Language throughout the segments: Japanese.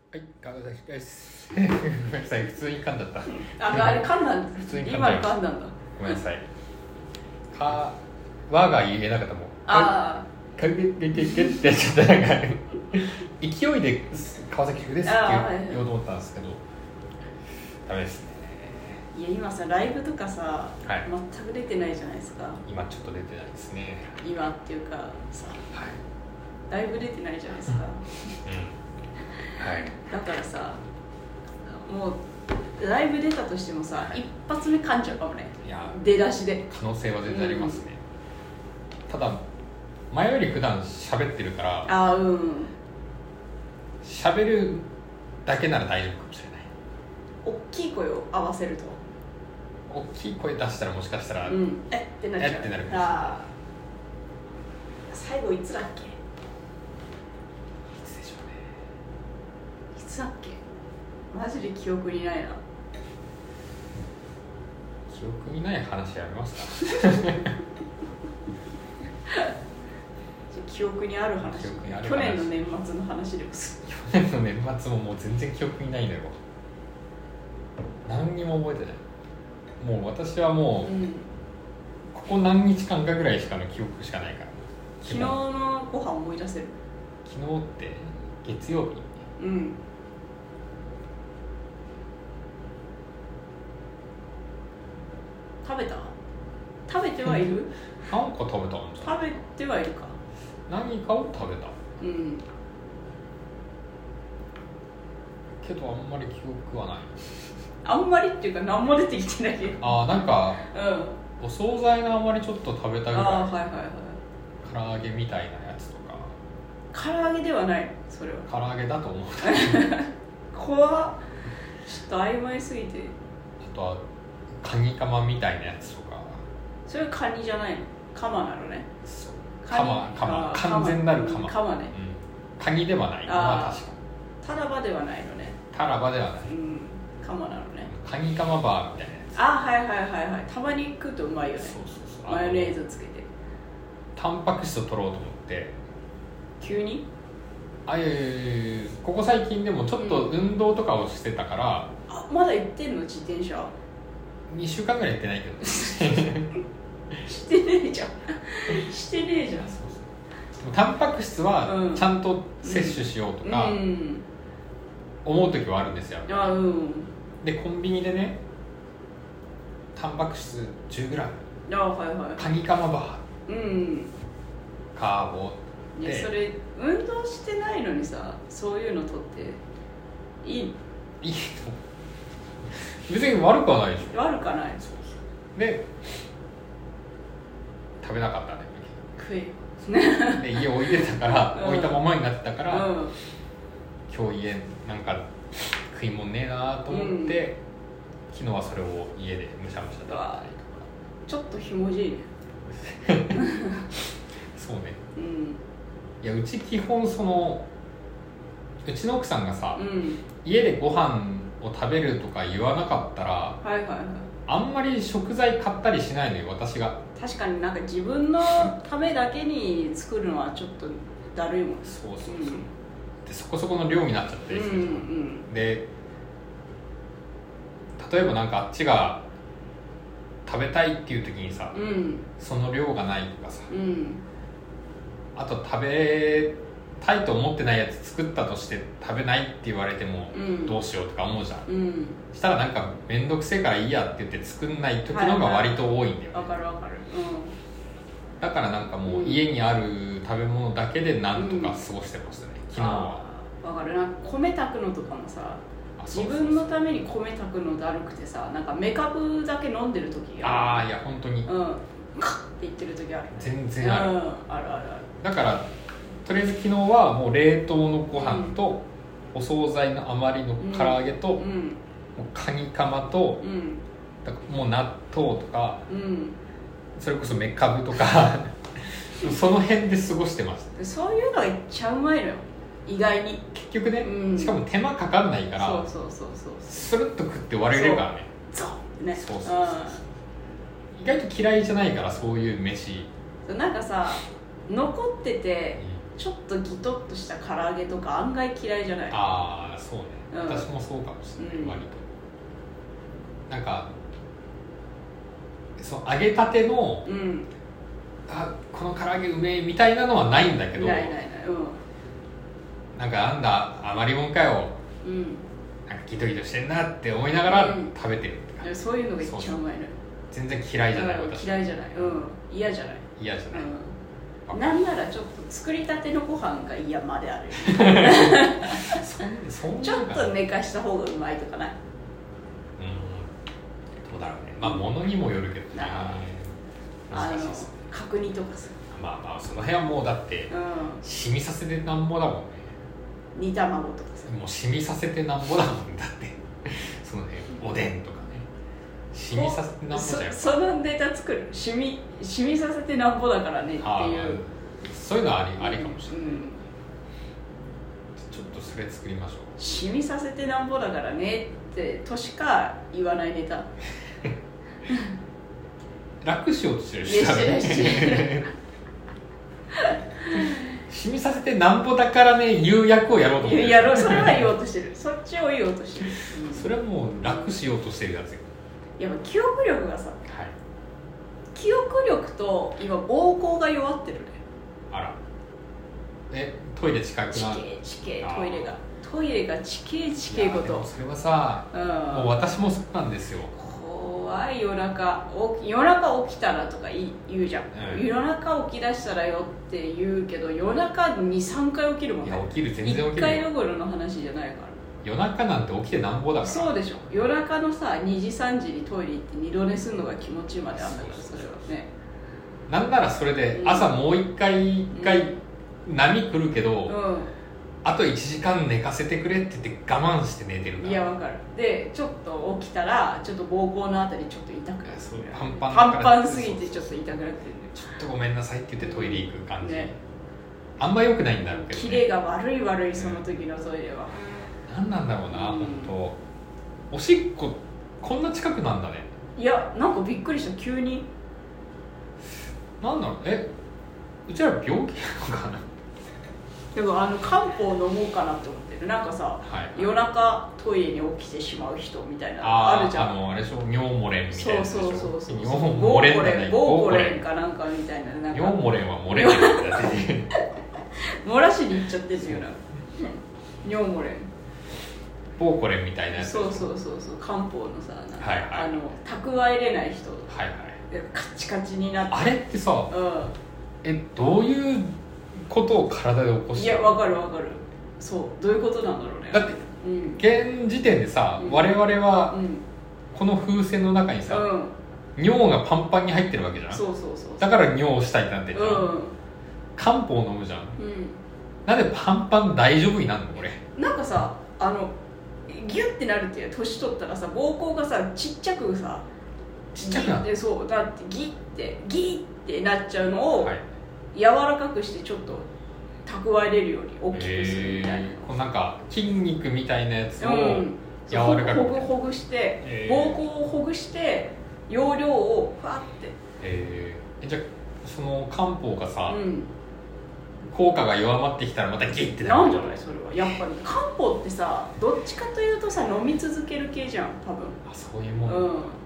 はい、川崎です。ごめんなさい、普通に噛んだった。 あれ噛んだんです。 普通に今の噛んだんだ。 ごめんなさい。わが言えなかったもん。 あかげてってやっちゃったなんか勢いで川崎ですって言おうと思ったんですけど、ダメですね。 いや今さライブとかさ、 はい、 全く出てないじゃないですか。 今ちょっと出てないですね。 今っていうかさ、 はい、 だいぶ出てないじゃないですか。 はい、 だからさ、もうライブ出たとしてもさ、一発目噛んじゃうかもね。 いや出だしで可能性は全然ありますね。ただ前より普段喋ってるから喋るだけなら大丈夫かもしれない。 大きい声を合わせると、 大きい声出したらもしかしたら、 えってなっちゃう。 ってなるかもしれない。 最後いつだっけ？ いつでしょうね。 いつだっけ？マジで記憶にないな。 記憶にない話やめますか？ 記憶にある話。去年の年末の話です。 去年の年末ももう全然記憶にないのよ。何にも覚えてない。もう私はもう、ここ何日間かぐらいしかの記憶しかないから。 昨日のご飯思い出せる？ 昨日って月曜日？ 食べた？食べてはいる？ なんか食べたんじゃん。 食べてはいるか。 何かを食べた。けどあんまり記憶はない。 あんまりっていうか何も出てきてないけど。 なんか、お惣菜があんまりちょっと食べたぐらい。唐揚げみたいなやつとか。 唐揚げではない。それは唐揚げだと思う。 怖っ。ちょっと曖昧すぎて。 あとはカニカマみたいなやつとか。 それはカニじゃないの？カマなのね。 そう。カマ完全なるカマ。 カマね。 カニではない。まあ確かに。 タラバではないのね。 タラバではない。 カマなのね。 カニカマバーみたいなやつ。 はい。たまに食うとうまいよね。 そうマヨネーズつけて。 タンパク質を取ろうと思って。 急に？ ここ最近でもちょっと運動とかをしてたから。 まだ行ってんの？自転車 2週間ぐらい行ってないけどしてねえじゃん。してねえじゃん。 タンパク質はちゃんと摂取しようとか思う時はあるんですよ。でコンビニでね、タンパク質 10g、カニカマバー、カーボいやそれ運動してないのにさ、そういうのとっていいの？ 別に悪くはないでしょ。 悪くはない。 で食べなかったね。 食えで家置いてたから置いたままになってたから、今日家なんか食い物ねえなと思って、昨日はそれを家でむしゃむしゃ食べたりとか。 ちょっとひもじいね。 そうね。いやうち基本うちの奥さんがさ、家でご飯を食べるとか言わなかったら、あんまり食材買ったりしないのよ、私が。 確かになんか自分のためだけに作るのはちょっとだるいもん。 そうでそこそこの量になっちゃってるし、で例えばなんかあっちが食べたいっていう時にさ、その量がないとかさ、あと食べたいと思ってないやつ作ったとして食べないって言われてもどうしようとか思うじゃん、したらなんか面倒くせえからいいやって言って作んない時のが割と多いんだよね。 わかる、 だからなんかもう家にある食べ物だけでなんとか過ごしてましたね、昨日は。 わかるな。米炊くのとかもさ、自分のために米炊くのだるくてさ、なんかメカブだけ飲んでる時がいや本当にカッって言ってる時ある。 全然ある、 ある。 だからとりあえず昨日はもう冷凍のご飯と、お惣菜の余りの唐揚げと、もうカニカマと、だからもう納豆とか、それこそメカブとかその辺で過ごしてました。 そういうのがいっちゃうまいのよ、意外に。 結局ね、しかも手間かかんないからスルッと食って終われるからね。そう意外と嫌いじゃないから、そういう飯。 なんかさ、残っててちょっとギトッとした唐揚げとか案外嫌いじゃない？ ああそうね、私もそうかもしれない、割となんかその揚げたての、この唐揚げうめえみたいなのはないんだけど、なんかなんだ余りもんかよ、なんかギトギトしてんなって思いながら食べてるって感じ、 そういうのが一番うまいのよ。 全然嫌いじゃない、私嫌いじゃない、嫌じゃない、なんならちょっと作りたてのご飯が嫌まであるちょっと寝かした方がうまいとかない？ どうだろうね、まあ物にもよるけどね、 角煮とかさ、 まあその辺はもうだって、染みさせてなんぼだもんね。 煮卵とかさ、 もう染みさせてなんぼだもんだってその辺おでんとかね、染みさせてなんぼじゃん。 そのネタ作る、染みさせてなんぼだからねっていう、 そういうのはありかもしれない、ちょっとそれ作りましょう。 染みさせてなんぼだからねってとしか言わないネタ楽しようとしてるし染みさせてなんぼだからね言う役をやろうと思ってる。 それは言おうとしてる、そっちを言おうとしてる、 それはもう楽しようとしてるやつよ。 やっぱ記憶力がさ、記憶力と今膀胱が弱ってるね。 あら、トイレ近くな、 地形トイレが地形こと。でもそれはさ、もう私もそうなんですよ。 怖い、夜中起きたらとか言うじゃん、夜中起き出したらよって言うけど、夜中に 3回起きるもんね。 いや起きる、全然起きるよ。1 回どころの話じゃないから。 夜中なんて起きてなんぼだから。そうでしょ、夜中のさ2時3時にトイレ行って二度寝するのが気持ちいいまであんだから、それはね。 なんならそれで朝もう一回波来るけど、あと1時間寝かせてくれって言って我慢して寝てるから。 いやわかる。でちょっと起きたらちょっと膀胱のあたりちょっと痛くなる、パンパンすぎてちょっと痛くなってる、 ちょっとごめんなさいって言ってトイレ行く感じ、あんま良くないんだろうけどね。 キレが悪いその時のトイレは、 何なんだろうな、本当。おしっここんな近くなんだね。 いやなんかびっくりした、急に。 なんだろう、うちら病気なのかな。 でも漢方飲もうかなって思ってる。なんかさ、夜中トイレに起きてしまう人みたいなあるじゃん。 あれでしょ、尿漏れみたいな。 そう尿漏れじゃない、 ボーコレンかなんかみたいな。 尿漏れは漏れないんだって漏らしに行っちゃってるよな尿漏れボーコレンみたいなやつ。 そう漢方のさ、蓄えれない人、カチカチになって。 あれってさ、どういうことを体で起こしてる？ いやわかるそう、どういうことなんだろうね。 だって現時点でさ、我々はこの風船の中にさ、尿がパンパンに入ってるわけじゃん。だから尿をしたいってなってるじゃん。漢方飲むじゃん、なんでパンパン大丈夫になるのこれ。なんかさギュッてなるっていう、年取ったらさ膀胱がさちっちゃくなってそうだってギッてなっちゃうのを、柔らかくしてちょっと蓄えれるように大きくするみたいな、 なんか筋肉みたいなやつを柔らかくほぐして、膀胱をほぐして容量をファって、 じゃあその漢方がさ、効果が弱まってきたらまたギッてなんじゃない。それはやっぱり漢方ってさ、どっちかというとさ飲み続ける系じゃん多分。 そういうもの。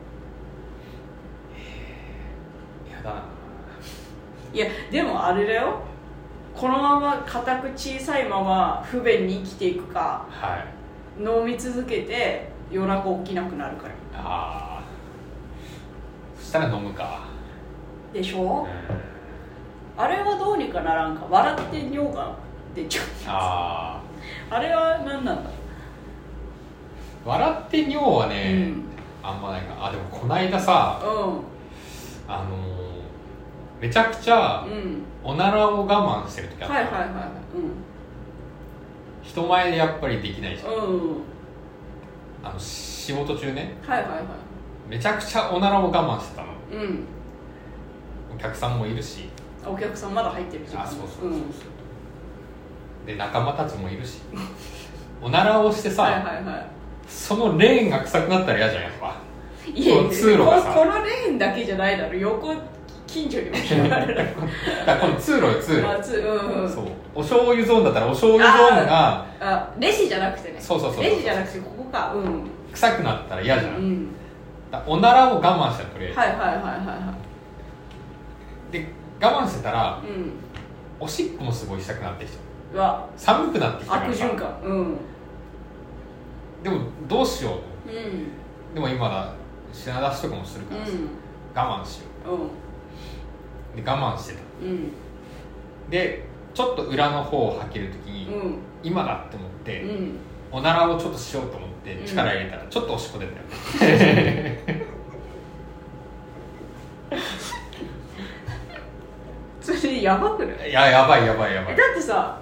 やだな。 いやでもあれだよ、このまま硬く小さいまま不便に生きていくか、飲み続けて夜中起きなくなるから。 そしたら飲むかでしょ、あれはどうにかならんか。笑って尿が出ちゃう。あれは何なんだ。 笑って尿はね、あんまないか。でもこないださ、めちゃくちゃおならを我慢してる時あった。人前でやっぱりできないじゃん、仕事中ね、めちゃくちゃおならを我慢してたの、お客さんもいるし。 お客さんまだ入ってるじゃん。 そうで仲間たちもいるしおならをしてさ、そのレーンが臭くなったら嫌じゃんやっぱ。 いや通路がさ、このレーンだけじゃないだろ、横近所に置きがあるだからこの通路よ通路、そうお醤油ゾーンだったらお醤油ゾーンがレジじゃなくてね、 そうレジじゃなくてここか、 臭くなったら嫌じゃん、だおならを我慢したとりあえず、で我慢してたら、おしっこもすごいしたくなってきちゃう、寒くなってきたからさ、 悪循環、 でもどうしよう、でも今だ品出しとかもするからさ、我慢しよう、で我慢してた、でちょっと裏の方を吐けるときに、今だって思って、おならをちょっとしようと思って力入れたらちょっとおしっこ出たよ、 それやばくない？ いや、やばいだってさ、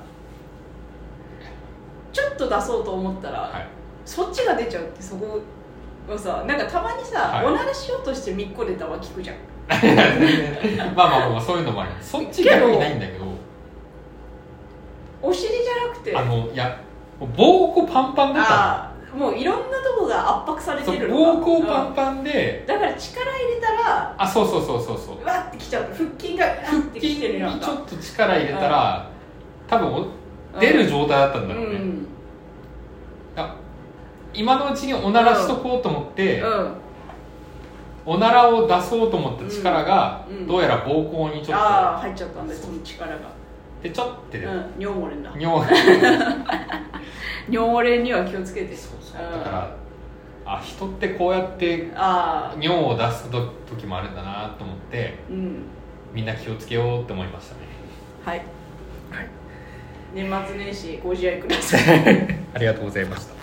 ちょっと出そうと思ったら、そっちが出ちゃうって、そこはさ、なんかたまにさ、おならしようとしてみっこ出たは聞くじゃんまあそういうのもある、そっち逆にないんだけど、 お尻じゃなくていや膀胱パンパンだったの、もういろんなとこが圧迫されてるのか、膀胱パンパンで、 だから力入れたらそうわってきちゃう、腹筋がってきてるような、 腹筋にちょっと力入れたら、多分出る状態だったんだろうね、今のうちにおならしとこうと思って、おならを出そうと思った力が、どうやら膀胱にちょっと入っちゃったんだよ、その力が。 でちょっと出る、 尿漏れんだ、 尿漏れには気をつけて。 だから人ってこうやって尿を出す時もあるんだなと思って、みんな気をつけようって思いましたね。 はい、年末年始ご自愛くださいありがとうございました。